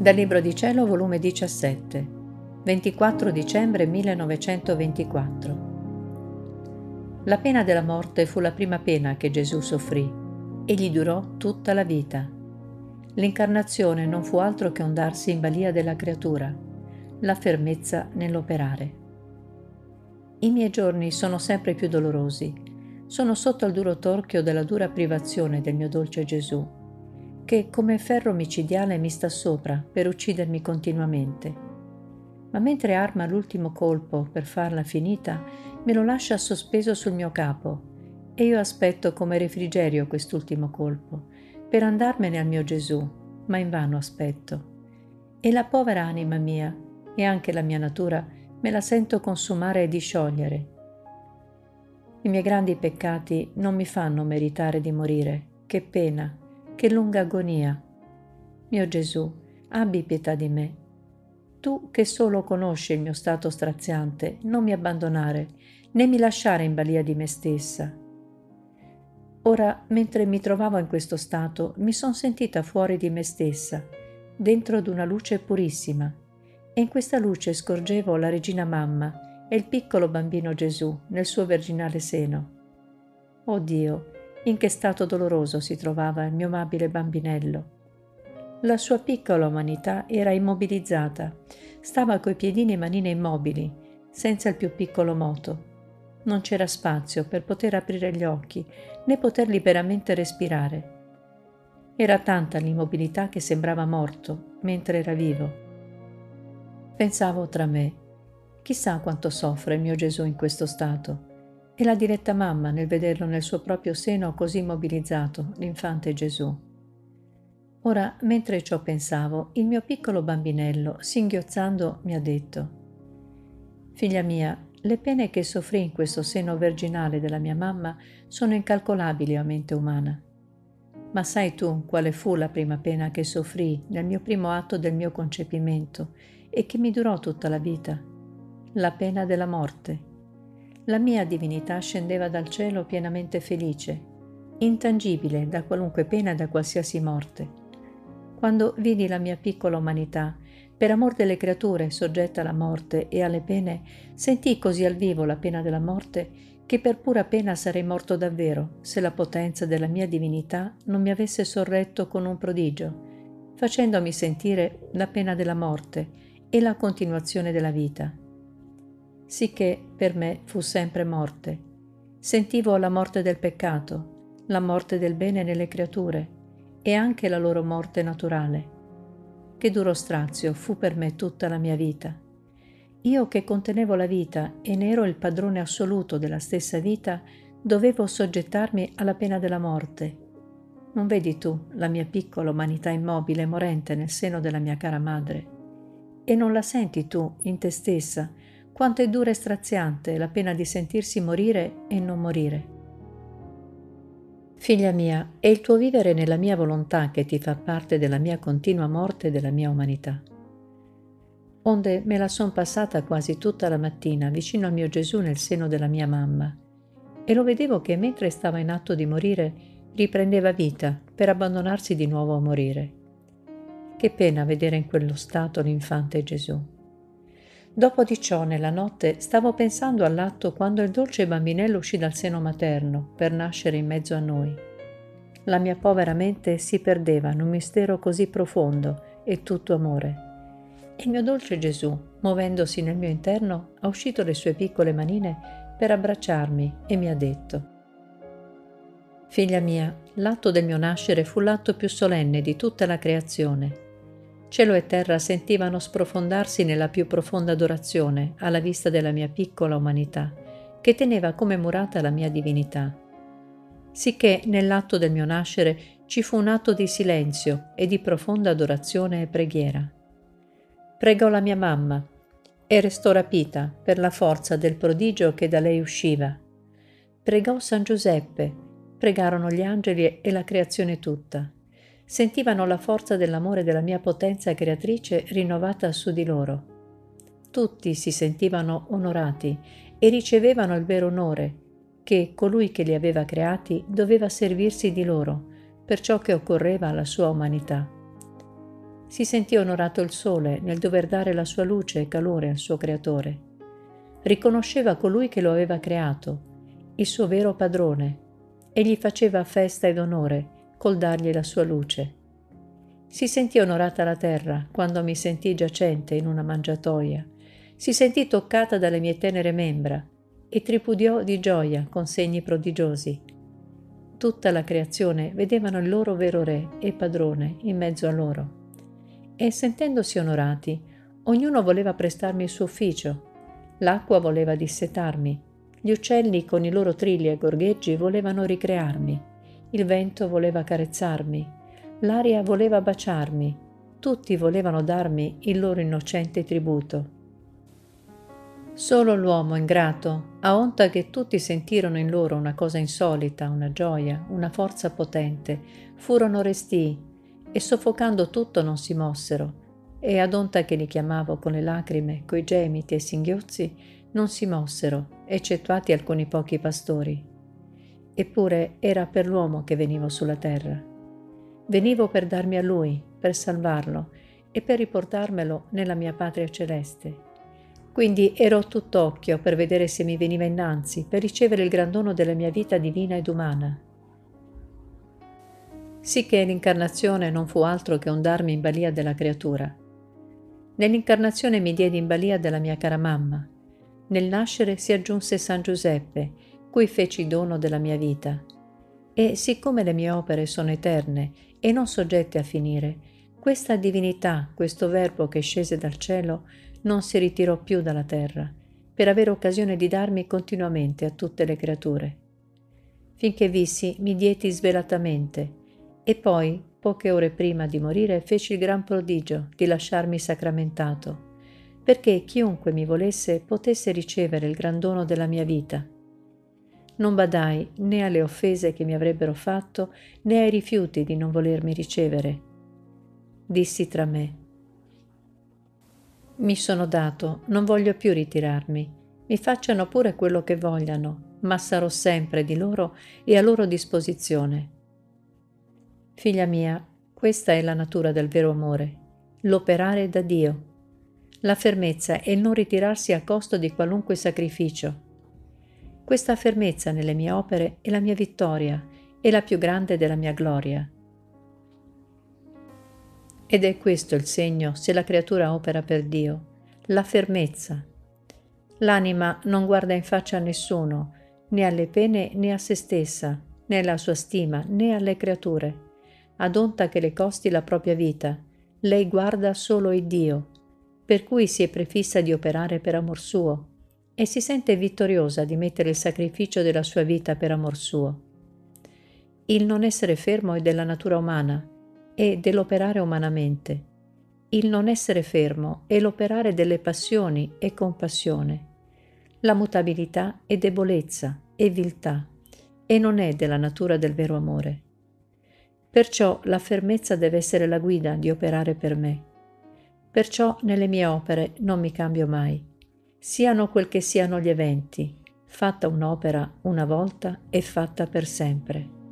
Dal Libro di Cielo, volume 17, 24 dicembre 1924. La pena della morte fu la prima pena che Gesù soffrì e gli durò tutta la vita. L'incarnazione non fu altro che un darsi in balia della creatura, la fermezza nell'operare. I miei giorni sono sempre più dolorosi. Sono sotto il duro torchio della dura privazione del mio dolce Gesù, che come ferro micidiale mi sta sopra per uccidermi continuamente. Ma mentre arma l'ultimo colpo per farla finita, me lo lascia sospeso sul mio capo e io aspetto come refrigerio quest'ultimo colpo per andarmene al mio Gesù, ma invano aspetto. E la povera anima mia e anche la mia natura me la sento consumare e disciogliere. I miei grandi peccati non mi fanno meritare di morire. Che pena! Che lunga agonia! Mio Gesù, abbi pietà di me. Tu che solo conosci il mio stato straziante, non mi abbandonare, né mi lasciare in balia di me stessa. Ora, mentre mi trovavo in questo stato, mi son sentita fuori di me stessa, dentro ad una luce purissima, e in questa luce scorgevo la Regina Mamma e il piccolo bambino Gesù nel suo virginale seno. Oh Dio! In che stato doloroso si trovava il mio amabile bambinello. La sua piccola umanità era immobilizzata, stava coi piedini e manine immobili, senza il più piccolo moto. Non c'era spazio per poter aprire gli occhi, né poter liberamente respirare. Era tanta l'immobilità che sembrava morto, mentre era vivo. Pensavo tra me, chissà quanto soffre il mio Gesù in questo stato. E la diletta mamma nel vederlo nel suo proprio seno così immobilizzato, l'infante Gesù. Ora, mentre ciò pensavo, il mio piccolo bambinello, singhiozzando, mi ha detto: «Figlia mia, le pene che soffrì in questo seno virginale della mia mamma sono incalcolabili a mente umana. Ma sai tu quale fu la prima pena che soffrì nel mio primo atto del mio concepimento e che mi durò tutta la vita? La pena della morte. La mia divinità scendeva dal cielo pienamente felice, intangibile da qualunque pena e da qualsiasi morte. Quando vidi la mia piccola umanità, per amor delle creature soggetta alla morte e alle pene, sentii così al vivo la pena della morte che per pura pena sarei morto davvero se la potenza della mia divinità non mi avesse sorretto con un prodigio, facendomi sentire la pena della morte e la continuazione della vita. Sicché per me fu sempre morte. Sentivo la morte del peccato, la morte del bene nelle creature e anche la loro morte naturale. Che duro strazio fu per me tutta la mia vita. Io che contenevo la vita e ne ero il padrone assoluto della stessa vita, dovevo soggettarmi alla pena della morte. Non vedi tu la mia piccola umanità immobile e morente nel seno della mia cara madre? E non la senti tu in te stessa quanto è dura e straziante la pena di sentirsi morire e non morire? Figlia mia, è il tuo vivere nella mia volontà che ti fa parte della mia continua morte e della mia umanità. Onde me la son passata quasi tutta la mattina vicino al mio Gesù nel seno della mia mamma, e lo vedevo che mentre stava in atto di morire riprendeva vita per abbandonarsi di nuovo a morire. Che pena vedere in quello stato l'infante Gesù. Dopo di ciò, nella notte, stavo pensando all'atto quando il dolce bambinello uscì dal seno materno per nascere in mezzo a noi. La mia povera mente si perdeva in un mistero così profondo e tutto amore. E il mio dolce Gesù, muovendosi nel mio interno, ha uscito le sue piccole manine per abbracciarmi e mi ha detto: «Figlia mia, l'atto del mio nascere fu l'atto più solenne di tutta la creazione. Cielo e terra sentivano sprofondarsi nella più profonda adorazione alla vista della mia piccola umanità, che teneva come murata la mia divinità. Sicché nell'atto del mio nascere ci fu un atto di silenzio e di profonda adorazione e preghiera. Pregò la mia mamma e restò rapita per la forza del prodigio che da lei usciva. Pregò San Giuseppe, pregarono gli angeli e la creazione tutta. Sentivano la forza dell'amore della mia potenza creatrice rinnovata su di loro. Tutti si sentivano onorati e ricevevano il vero onore, che colui che li aveva creati doveva servirsi di loro, per ciò che occorreva alla sua umanità. Si sentì onorato il sole nel dover dare la sua luce e calore al suo creatore. Riconosceva colui che lo aveva creato, il suo vero padrone, e gli faceva festa ed onore col dargli la sua luce. Si sentì onorata la terra quando mi sentì giacente in una mangiatoia, si sentì toccata dalle mie tenere membra e tripudiò di gioia con segni prodigiosi. Tutta la creazione vedevano il loro vero re e padrone in mezzo a loro. E sentendosi onorati, ognuno voleva prestarmi il suo ufficio. L'acqua voleva dissetarmi, gli uccelli con i loro trilli e gorgheggi volevano ricrearmi, il vento voleva carezzarmi, l'aria voleva baciarmi, tutti volevano darmi il loro innocente tributo. Solo l'uomo ingrato, a onta che tutti sentirono in loro una cosa insolita, una gioia, una forza potente, furono restii e soffocando tutto non si mossero, e ad onta che li chiamavo con le lacrime, coi gemiti e singhiozzi, non si mossero, eccettuati alcuni pochi pastori. Eppure era per l'uomo che venivo sulla terra. Venivo per darmi a lui, per salvarlo e per riportarmelo nella mia patria celeste. Quindi ero tutt'occhio per vedere se mi veniva innanzi, per ricevere il gran dono della mia vita divina ed umana. Sicché l'incarnazione non fu altro che un darmi in balia della creatura. Nell'incarnazione mi diedi in balia della mia cara mamma. Nel nascere si aggiunse San Giuseppe, cui feci dono della mia vita. E siccome le mie opere sono eterne e non soggette a finire, questa divinità, questo verbo che scese dal cielo, non si ritirò più dalla terra, per avere occasione di darmi continuamente a tutte le creature. Finché vissi, mi diedi svelatamente, e poi, poche ore prima di morire, feci il gran prodigio di lasciarmi sacramentato, perché chiunque mi volesse potesse ricevere il gran dono della mia vita. Non badai né alle offese che mi avrebbero fatto, né ai rifiuti di non volermi ricevere. Dissi tra me: mi sono dato, non voglio più ritirarmi. Mi facciano pure quello che vogliano, ma sarò sempre di loro e a loro disposizione. Figlia mia, questa è la natura del vero amore, l'operare da Dio, la fermezza e il non ritirarsi a costo di qualunque sacrificio. Questa fermezza nelle mie opere è la mia vittoria e la più grande della mia gloria. Ed è questo il segno se la creatura opera per Dio, la fermezza. L'anima non guarda in faccia a nessuno, né alle pene né a se stessa, né alla sua stima né alle creature. Ad onta che le costi la propria vita, lei guarda solo il Dio, per cui si è prefissa di operare per amor suo, e si sente vittoriosa di mettere il sacrificio della sua vita per amor suo. Il non essere fermo è della natura umana e dell'operare umanamente. Il non essere fermo è l'operare delle passioni e compassione. La mutabilità è debolezza e viltà e non è della natura del vero amore. Perciò la fermezza deve essere la guida di operare per me. Perciò nelle mie opere non mi cambio mai. Siano quel che siano gli eventi, fatta un'opera una volta e fatta per sempre.